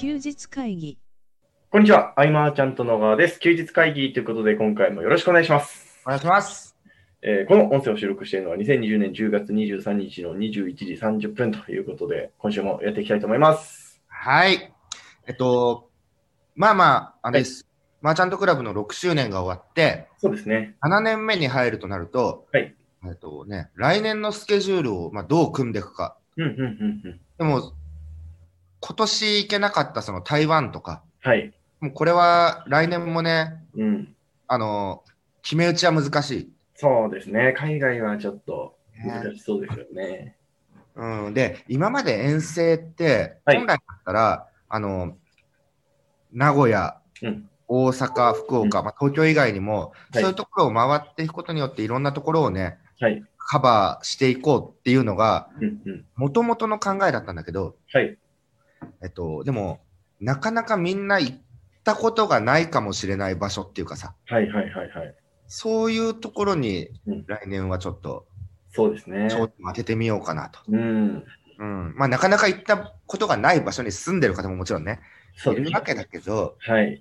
休日会議。 こんにちは、アイマーちゃんと野川です。休日会議ということで、今回もよろしくお願いします。 お願いします。 この音声を収録しているのは2020年10月23日の21時30分ということで、今週もやっていきたいと思います。 はい。あれです。マーチャントクラブの6周年が終わって、 そうですね。 7年目に入るとなると、 はい。 来年のスケジュールをどう組んでいくか。でも、今年行けなかったその台湾とか、 はい。 もうこれは来年もね、 うん。 決め打ちは難しい。 そうですね。海外はちょっと難しそうですよね。 で、今まで遠征って、 はい本来だったら、名古屋、大阪、福岡、東京以外にも、そういうところを回っていくことによっていろんなところをね、カバーしていこうっていうのが、もともとの考えだったんだけど、でも、なかなかみんな行ったことがないかもしれない場所っていうかさ、そういうところに来年はちょっと、 そうですね。 焦点を当ててみようかなと。なかなか行ったことがない場所に住んでる方ももちろんね、いるわけだけど、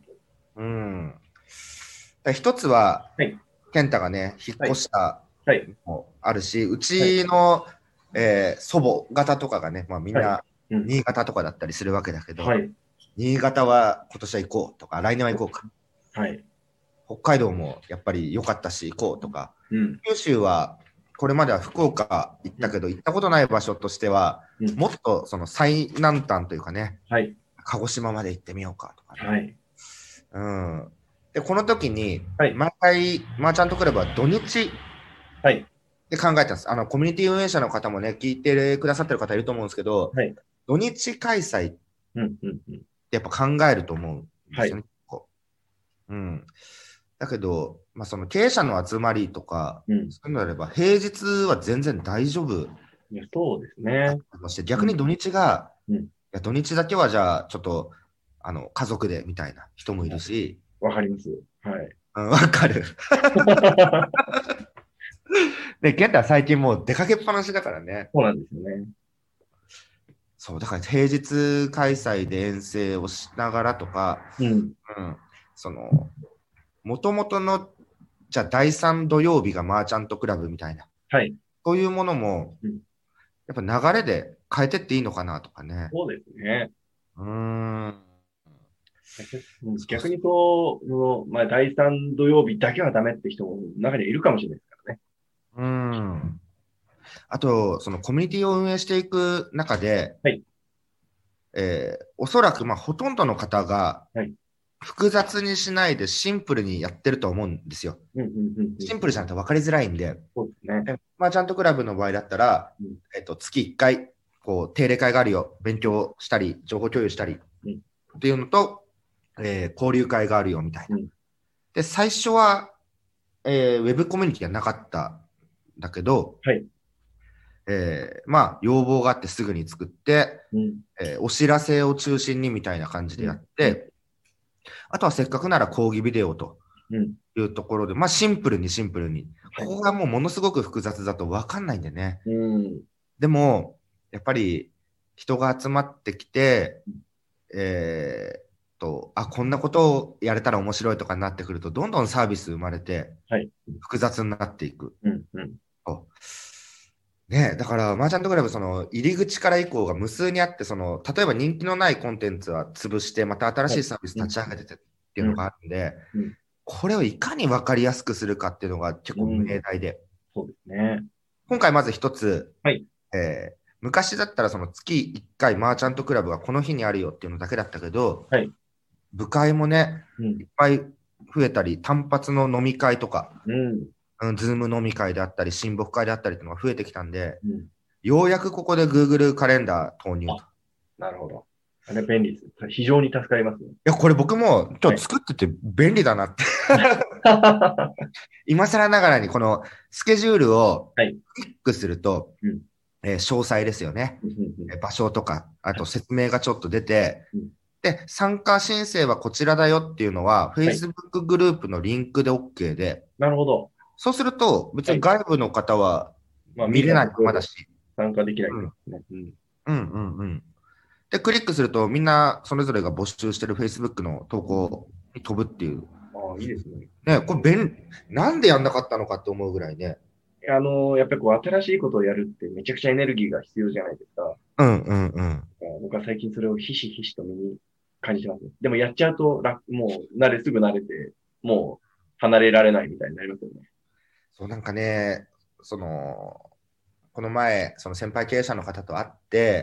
一つは、健太がね、引っ越したもあるし、うちの、祖母方とかがね、みんな新潟とかだったりするわけだけど、新潟は今年は行こうとか、来年は行こうか。北海道もやっぱり良かったし行こうとか、九州はこれまでは福岡行ったけど、行ったことない場所としては、もっとその最南端というかね、鹿児島まで行ってみようかとかね。で、この時に、毎回マーチャントクラブは土日で考えたんです。コミュニティ運営者の方もね、聞いてくださってる方いると思うんですけど、土日開催ってやっぱ考えると思うんですよね。だけど、その経営者の集まりとか、そういうのであれば、平日は全然大丈夫。 そうですね。 逆に土日が、土日だけはじゃあ、ちょっと、家族でみたいな人もいるし。 わかります。 わかる。で、健太は最近もう出かけっぱなしだからね。 そうなんですよね。 そう、だから平日開催で遠征をしながらとか、もともとの、じゃあ第3土曜日がマーチャントクラブみたいな。そういうものも、やっぱ流れで変えてっていいのかなとかね。 そうですね。逆に第3土曜日だけはダメって人も中にはいるかもしれないですからね。 あと、そのコミュニティを運営していく中で、おそらくほとんどの方が、複雑にしないでシンプルにやってると思うんですよ。シンプルじゃなくて分かりづらいんで。マーチャントクラブの場合だったら、月1回、定例会があるよ、勉強したり、情報共有したりっていうのと、交流会があるよみたいな。で、最初は、ウェブコミュニティがなかったんだけど、要望があってすぐに作って、お知らせを中心にみたいな感じでやって、あとはせっかくなら講義ビデオというところで、シンプルに。ここがもうものすごく複雑だと分かんないんでね。でも、やっぱり人が集まってきて、こんなことをやれたら面白いとかになってくると、どんどんサービス生まれて、複雑になっていく。だから、マーチャントクラブ、入り口から以降が無数にあって、例えば人気のないコンテンツは潰して、また新しいサービス立ち上げてっていうのがあるんで、これをいかに分かりやすくするかっていうのが結構命題で。 そうですね。 今回まず一つ、昔だったら月1回マーチャントクラブがこの日にあるよっていうのだけだったけど、部会もね、いっぱい増えたり、単発の飲み会とか、ズーム飲み会であったり、親睦会であったりっていうのが増えてきたんで、ようやくここで Google カレンダー投入と。 なるほど。あれ便利です。非常に助かりますね。いや、これ僕も今日作ってて便利だなって。今更ながらにこのスケジュールをクリックすると、詳細ですよね。場所とか、あと説明がちょっと出て、で、参加申請はこちらだよっていうのは、Facebook グループのリンクで OK で、 なるほど。 そうすると、別に外部の方は見れないままだし。 参加できないですね。 で、クリックするとみんなそれぞれが募集してる Facebook の投稿に飛ぶっていう。 ああ、いいですね。 ね、これなんでやんなかったのかって思うぐらいね。 やっぱりこう、新しいことをやるってめちゃくちゃエネルギーが必要じゃないですか。 うんうんうん。 僕は最近それをひしひしと身に感じてますね。でもやっちゃうともうすぐ慣れて、もう離れられないみたいになりますよね。 そう、なんかね、この前、その先輩経営者の方と会って、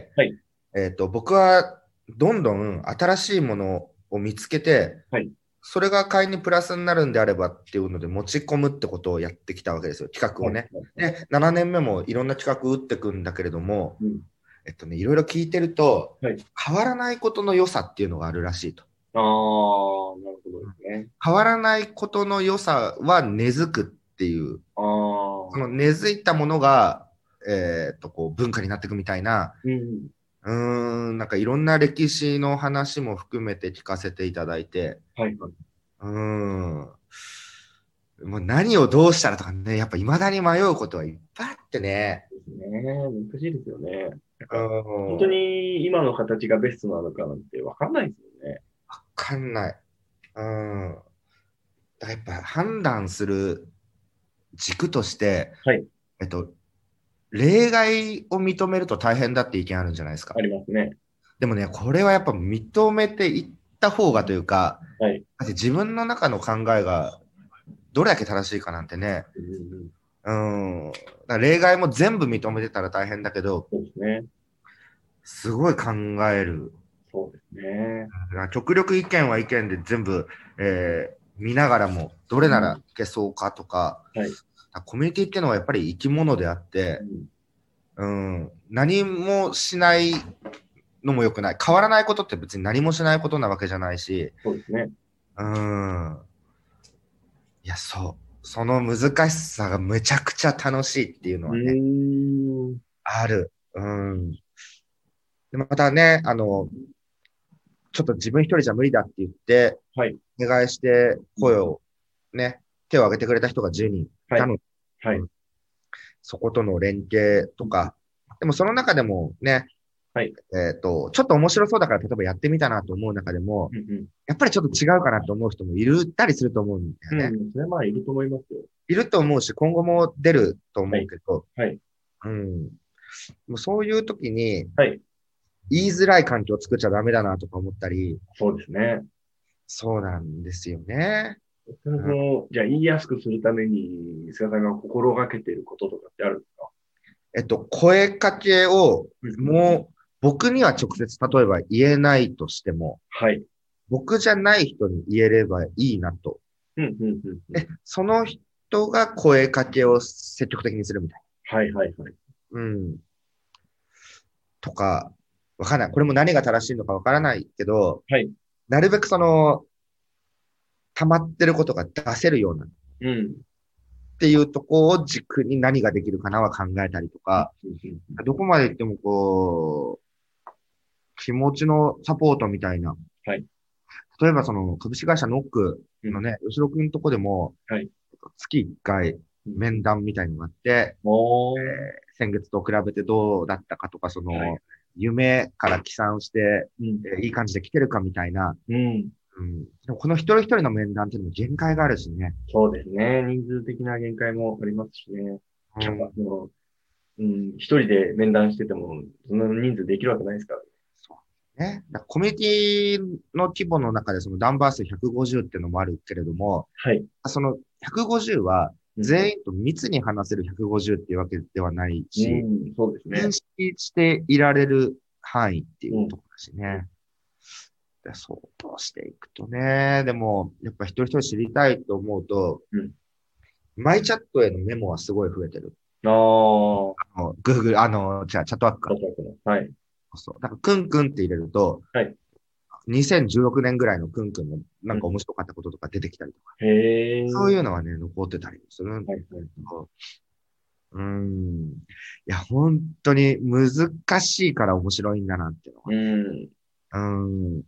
はい。 僕はどんどん新しいものを見つけて、 はい。 それが会員にプラスになるんであればっていうので持ち込むってことをやってきたわけですよ、企画をね。で、7年目もいろんな企画を打っていくんだけれども、いろいろ聞いてると、変わらないことの良さっていうのがあるらしいと。 ああ、なるほどですね。 変わらないことの良さは根付くっていう、その根付いたものが、こう文化になっていくみたいな、なんかいろんな歴史の話も含めて聞かせていただいて、もう何をどうしたらとかね、やっぱ未だに迷うことはいっぱいあってね。 ですね。難しいですよね。本当に今の形がベストなのかなんて分かんないですよね。 分かんない。やっぱ判断する軸として、例外を認めると大変だって意見あるんじゃないですか。 ありますね。 でもね、これはやっぱ認めていった方がというか、だって自分の中の考えがどれだけ正しいかなんてね、例外も全部認めてたら大変だけど、 そうですね。 すごい考える。 そうですね。 極力意見は意見で全部、見ながらも、どれなら消そうかとか、コミュニティっていうのはやっぱり生き物であって、何もしないのも良くない。変わらないことって別に何もしないことなわけじゃないし、 そうですね。 いや、その難しさがめちゃくちゃ楽しいっていうのはね、ある。でまたね、ちょっと自分一人じゃ無理だって言って、お願いして声をね、手を挙げてくれた人が10人いたので、そことの連携とか、でもその中でもね、ちょっと面白そうだから例えばやってみたなと思う中でも、やっぱりちょっと違うかなと思う人もいたりすると思うんだよね。 それはまあいると思いますよ。 いると思うし、今後も出ると思うけど、もうそういう時に、言いづらい環境を作っちゃダメだなとか思ったり。 そうですね。 そうなんですよね。 じゃあ言いやすくするために、菅さんが心がけていることとかってあるんですか？ 声かけを、もう、僕には直接、例えば言えないとしても、僕じゃない人に言えればいいなと。で、その人が声かけを積極的にするみたいな。とか、わかんない。これも何が正しいのかわからないけど、なるべく溜まってることが出せるような。っていうとこを軸に何ができるかなは考えたりとか、どこまで行ってもこう、気持ちのサポートみたいな。例えば株式会社ノックのね、吉野くんのとこでも、月1回面談みたいのがあって、先月と比べてどうだったかとか、夢から起算して、いい感じで来てるかみたいな。でもこの一人一人の面談っていうのも限界があるしね。 そうですね。人数的な限界もありますしね。一人で面談してても、そんな人数できるわけないですからね。 そうね。コミュニティの規模の中でダンバー数150っていうのもあるけれども、その150は全員と密に話せる150っていうわけではないし、 そうですね。 認識していられる範囲っていうところだしね。そうしていくとね、でも、やっぱ一人一人知りたいと思うと、マイチャットへのメモはすごい増えてる。Google、チャットワークか。だから、くんくんって入れると、2016年ぐらいのくんくんのなんか面白かったこととか出てきたりとか。そういうのはね、残ってたりするんだけど、いや、本当に難しいから面白いんだなっていうのは。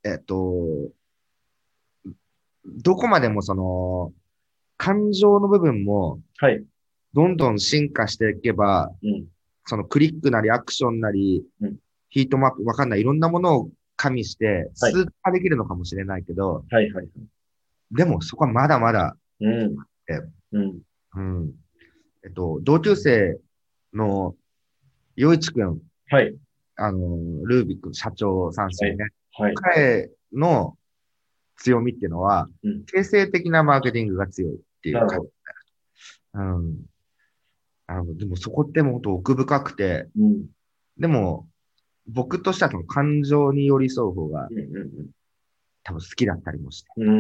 どこまでも感情の部分も、どんどん進化していけば、クリックなりアクションなり、 ヒートマップ、わかんない。いろんなものを加味して、数化できるのかもしれないけど、 はいはい。 でもそこはまだまだ、 うん。うん。 うん。同級生の洋一くん、 はい。 ルービック社長さんですよね。 はい。 彼の強みっていうのは、 うん。 形成的なマーケティングが強いっていう感じ。 なるほど。 うん。でもそこってもっと奥深くて、 うん。 でも、僕としてはその感情に寄り添う方がうんうん多分好きだったりもして。 うん。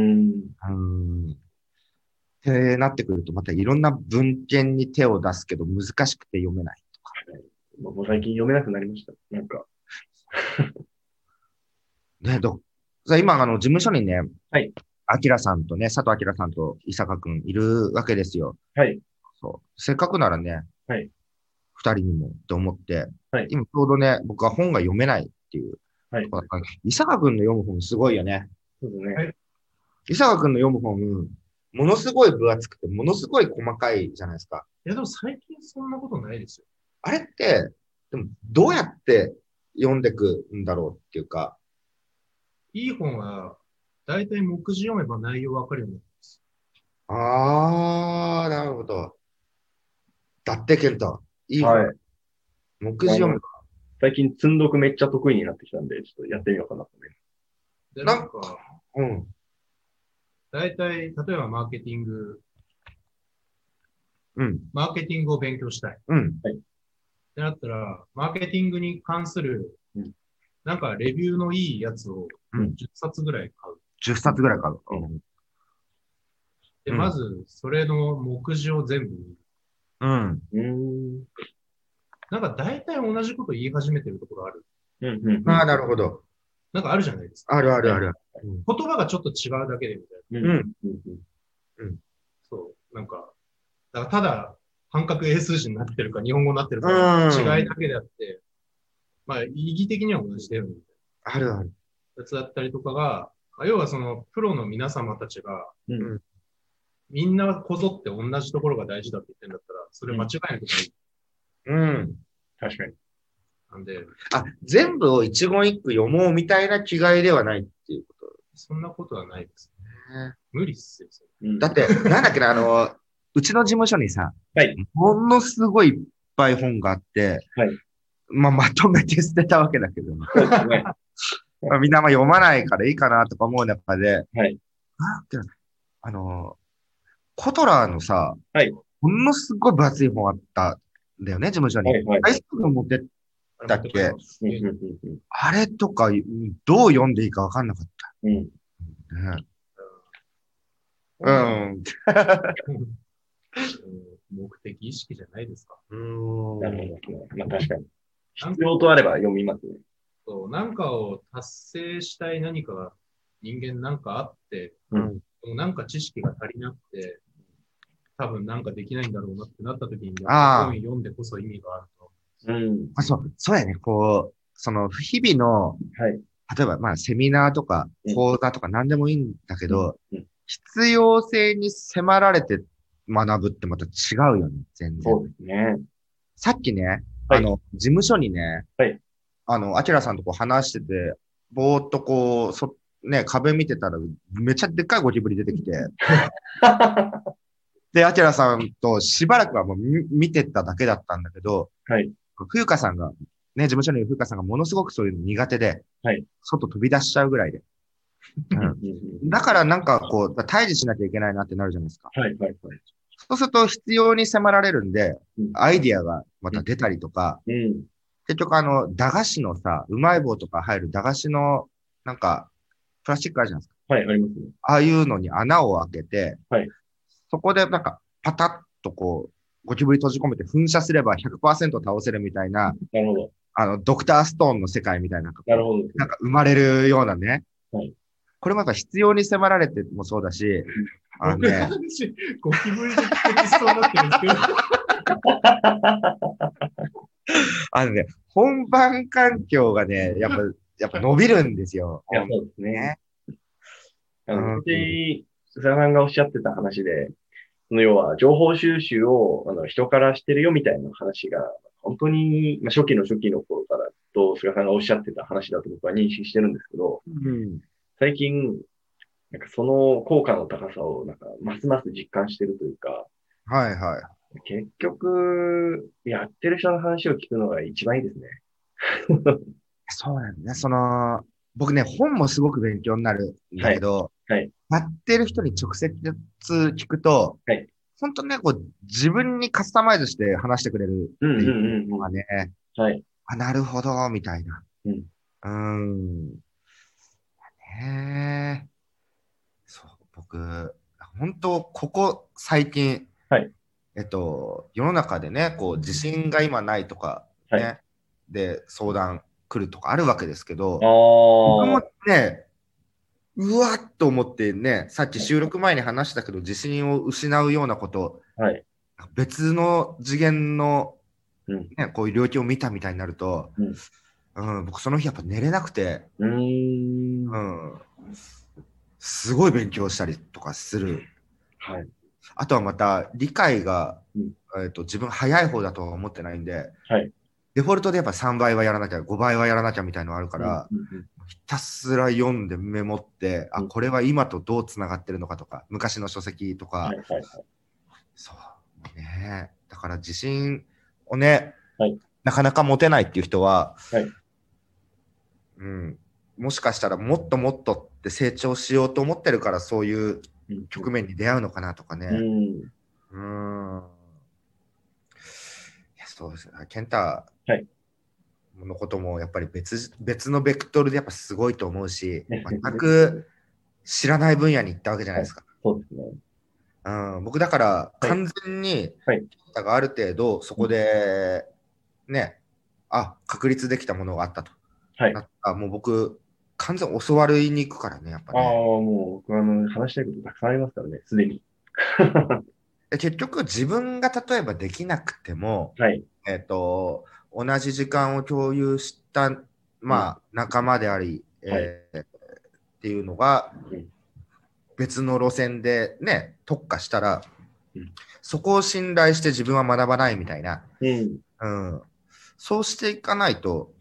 ってなってくると、またいろんな文献に手を出すけど難しくて読めないとか。 もう最近読めなくなりました。なんか。 ね、さあ今、事務所にね、 はい。 アキラさんとね、佐藤アキラさんと伊坂くんいるわけですよ。 はい。 そう。せっかくならね、 はい。 二人にもと思って、 はい。 今ちょうどね、僕は本が読めないっていう。 はい。 伊坂くんの読む本すごいよね。 そうですね。はい。 伊坂くんの読む本、ものすごい分厚くて、ものすごい細かいじゃないですか。 いや、でも最近そんなことないですよ。 あれって、でもどうやって読んでいくんだろうっていうか。 いい本は、だいたい目次読めば内容わかるようになります。 あー、なるほど。だってケンタ、いい本。 はい。 目次読む。 最近積んどくめっちゃ得意になってきたんで、ちょっとやってみようかなと思います。 で、なんか、 うん。 だいたい、例えばマーケティング、 うん。 マーケティングを勉強したい。 うん。 はい。 ってなったら、マーケティングに関する、なんかレビューのいいやつを10冊ぐらい買う。 10冊ぐらい買う。 で、まず、それの目次を全部見る。 うん。 なんか大体同じこと言い始めてるところある。 ああ、なるほど。 なんかあるじゃないですか。 あるあるある。 言葉がちょっと違うだけでみたいな。そう。なんか、だからただ、半角英数字になってるか、日本語になってるか、違いだけであって、まあ、意義的には同じだよね。 あるある。 やつだったりとかが、要はその、プロの皆様たちが、みんなこぞって同じところが大事だって言ってるんだったら、それ間違いなくない。 確かに。 なんで。全部を一言一句読もうみたいな気概ではないっていうこと。 そんなことはないですね。無理っすよ。 だって、なんだっけな、うちの事務所にさ、ものすごいいっぱい本があって、まとめて捨てたわけだけど、みんな読まないからいいかなとか思う中で、コトラーのさ、ものすごい分厚い本あったんだよね、事務所に。アイスクリーム持ってったっけ？あれとか、どう読んでいいかわかんなかった。 目的意識じゃないですか。 なるほど。まあ確かに。必要とあれば読みますね。 そう、なんかを達成したい何かが人間なんかあって、なんか知識が足りなくて、多分なんかできないんだろうなってなった時に、本読んでこそ意味があると。 そうやね。その日々の、例えばまあセミナーとか講座とか何でもいいんだけど、必要性に迫られて学ぶってまた違うよね、全然。 そうですね。 さっきね、事務所にね、アキラさんとこう話してて、ぼーっとこう、ね、壁見てたら、めっちゃでっかいゴキブリ出てきて、で、アキラさんとしばらくはもう見てただけだったんだけど、冬香さんが、ね、事務所にいる冬香さんがものすごくそういうの苦手で、外飛び出しちゃうぐらいで。だからなんかこう、対峙しなきゃいけないなってなるじゃないですか。そうすると必要に迫られるんで、アイディアがまた出たりとか、結局駄菓子のさ、うまい棒とか入る駄菓子の、なんか、プラスチックあるじゃないですか。 ありますね。 ああいうのに穴を開けて、そこでなんか、パタッとこう、ゴキブリ閉じ込めて噴射すれば 100% 倒せるみたいな、 なるほど。 ドクターストーンの世界みたいな、 なるほど。 なんか生まれるようなね。これもやっぱ必要に迫られてもそうだし、 ゴキブリで適そうになってるんですけど。 本番環境がね、やっぱ伸びるんですよ。 そうですね。須田さんがおっしゃってた話で、要は情報収集を人からしてるよみたいな話が、本当に、初期の頃からと菅さんがおっしゃってた話だと僕は認識してるんですけど、最近、なんかその効果の高さを、なんか、ますます実感してるというか、 はいはい。 結局、やってる人の話を聞くのが一番いいですね。 そうなんだね。僕ね、本もすごく勉強になるんだけど、 はい。 やってる人に直接聞くと、 はい。 本当ね、自分にカスタマイズして話してくれるっていうのがね、 はい。 なるほど、みたいな。 うん。 ねえ。そう、僕、本当、ここ最近、 はい。 世の中でね、自信が今ないとか、ね、はい、で、相談来るとかあるわけですけど、僕もね、うわっと思ってね、さっき収録前に話したけど、自信を失うようなこと、 はい、 別の次元の、ね、こういう領域を見たみたいになると、僕その日やっぱ寝れなくて、すごい勉強したりとかする。 はい、 あとはまた理解が、自分早い方だとは思ってないんで、 はい、 デフォルトでやっぱ3倍はやらなきゃ、5倍はやらなきゃみたいなのがあるから、ひたすら読んでメモって、これは今とどうつながってるのかとか、昔の書籍とか、そうね。だから自信をね、なかなか持てないっていう人は、もしかしたらもっともっとって成長しようと思ってるからそういう局面に出会うのかなとかね。いや、そうですね。健太のこともやっぱり別のベクトルでやっぱすごいと思うし、全く知らない分野に行ったわけじゃないですか。 そうですね。 僕だから完全に健太がある程度そこでね、確立できたものがあったと。もう僕完全教わりに行くからね、やっぱね。 もう僕話したいことたくさんありますからね、すでに。 結局自分が例えばできなくても、同じ時間を共有した、仲間であり、っていうのが別の路線でね、特化したら、そこを信頼して自分は学ばないみたいな。そうしていかないと、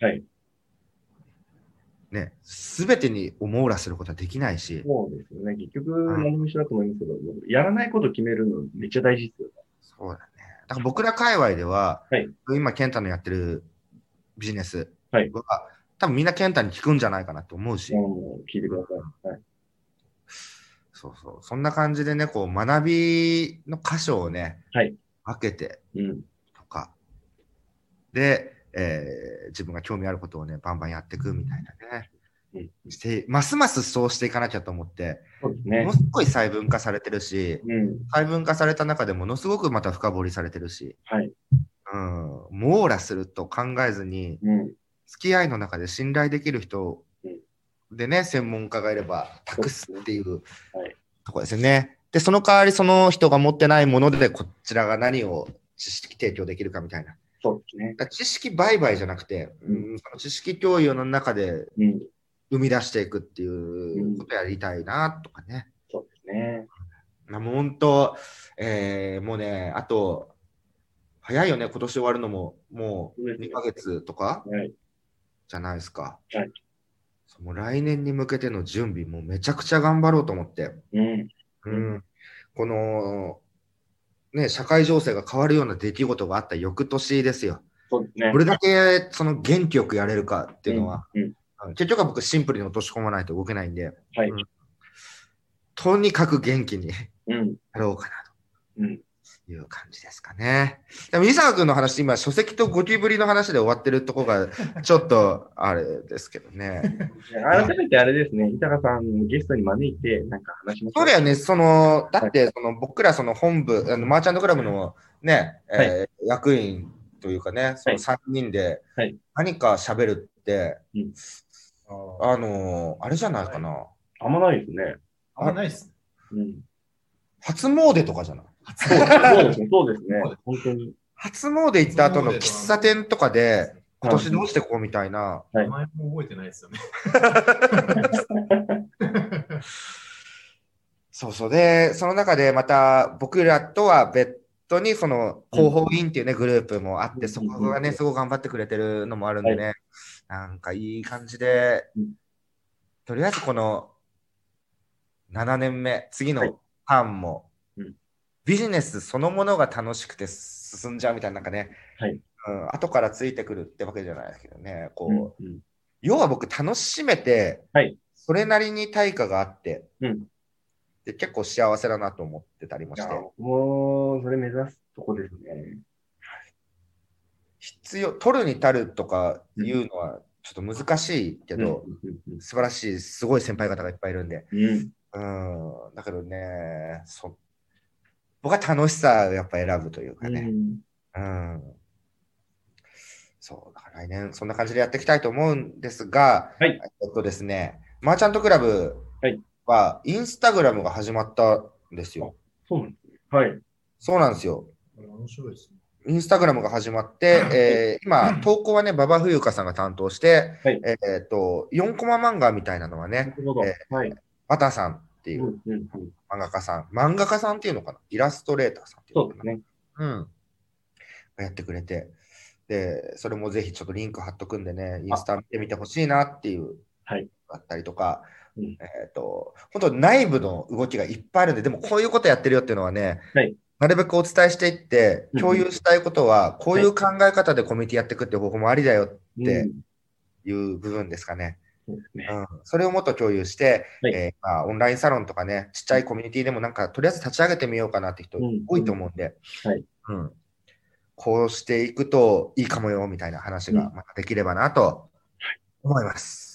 ね、すべてにを網羅することはできないし。 そうですよね。結局、何も一緒だと思いますけど、やらないこと決めるのめっちゃ大事ですよね。 そうだね。だから僕ら界隈では、今、健太のやってるビジネスは、多分みんな健太に聞くんじゃないかなと思うし。 聞いてください。 そうそう。そんな感じでね、学びの箇所をね、分けてとか、で、自分が興味あることをね、バンバンやっていくみたいなね。ますますそうしていかなきゃと思って、ものすごい細分化されてるし、細分化された中でものすごくまた深掘りされてるし、網羅すると考えずに、付き合いの中で信頼できる人でね、専門家がいれば託すっていうところですよね。で、その代わりその人が持ってないものでこちらが何を知識提供できるかみたいな。 そうですね。 知識売買じゃなくて、その知識共有の中で生み出していくっていうことをやりたいなとかね。 そうですね。 もう本当、もうね、あと、早いよね、今年終わるのも、もう2ヶ月とかじゃないですか。もう来年に向けての準備、もうめちゃくちゃ頑張ろうと思って。この、ね、社会情勢が変わるような出来事があった翌年ですよ。どれだけその元気よくやれるかっていうのは、結局は僕シンプルに落とし込まないと動けないんで、とにかく元気にやろうかなという感じですかね。でも伊沢君の話、今書籍とゴキブリの話で終わってるとこがちょっとあれですけどね。 改めてあれですね、伊坂さんゲストに招いてなんか話しましょう。 そうだよね、だって僕らその本部、マーチャントクラブのね、役員というかね、その3人で何か喋るって、あれじゃないかな。 あんまないですね。 あんまないです。 初詣とかじゃない？ そうですね。本当に。 初詣行った後の喫茶店とかで、今年どうしてこうみたいな。 名前も覚えてないですよね。 そうそう。で、その中でまた僕らとは別途にその広報委員っていうね、グループもあって、そこがね、すごく頑張ってくれてるのもあるんでね、 なんかいい感じで、とりあえずこの7年目、次のターンも、ビジネスそのものが楽しくて進んじゃうみたいな、なんかね、後からついてくるってわけじゃないですけどね、こう、要は僕楽しめて、それなりに対価があって、で結構幸せだなと思ってたりもして。 もう、それ目指すとこですね。 取るに足るとかいうのはちょっと難しいけど、素晴らしい、すごい先輩方がいっぱいいるんで。だけどね、僕は楽しさをやっぱ選ぶというかね。そう、だから来年そんな感じでやっていきたいと思うんですが、ですね、マーチャントクラブはインスタグラムが始まったんですよ。 そうなんですね。はい。 そうなんですよ。 面白いですね。 インスタグラムが始まって、今、投稿はね、馬場冬香さんが担当して、4コマ漫画みたいなのはね、バタさんっていう漫画家さんっていうのかな、イラストレーターさんっていうのかな。 そうですね。 やってくれて、で、それもぜひちょっとリンク貼っとくんでね、インスタ見てみてほしいなっていうだったりとか、本当内部の動きがいっぱいあるんで、でもこういうことやってるよっていうのはね、なるべくお伝えしていって、共有したいことは、こういう考え方でコミュニティやっていくっていう方法もありだよっていう部分ですかね。それをもっと共有して、オンラインサロンとかね、ちっちゃいコミュニティでもなんか、とりあえず立ち上げてみようかなって人多いと思うんで、こうしていくといいかもよみたいな話がまたできればなと思います。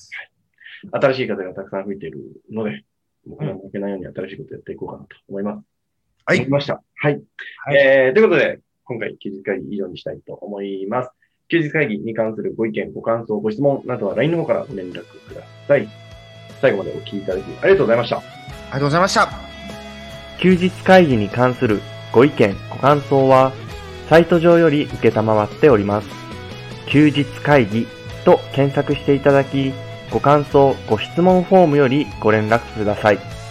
新しい方がたくさん増えているので、僕も負けないように新しいことやっていこうかなと思います。思いました。ということで、今回休日会議以上にしたいと思います。休日会議に関するご意見、ご感想、ご質問などは LINE の方からご連絡ください。最後までお聞きいただきありがとうございました。 ありがとうございました。 休日会議に関するご意見、ご感想は、サイト上より受けたまわっております。休日会議と検索していただき、ご感想、ご質問フォームよりご連絡ください。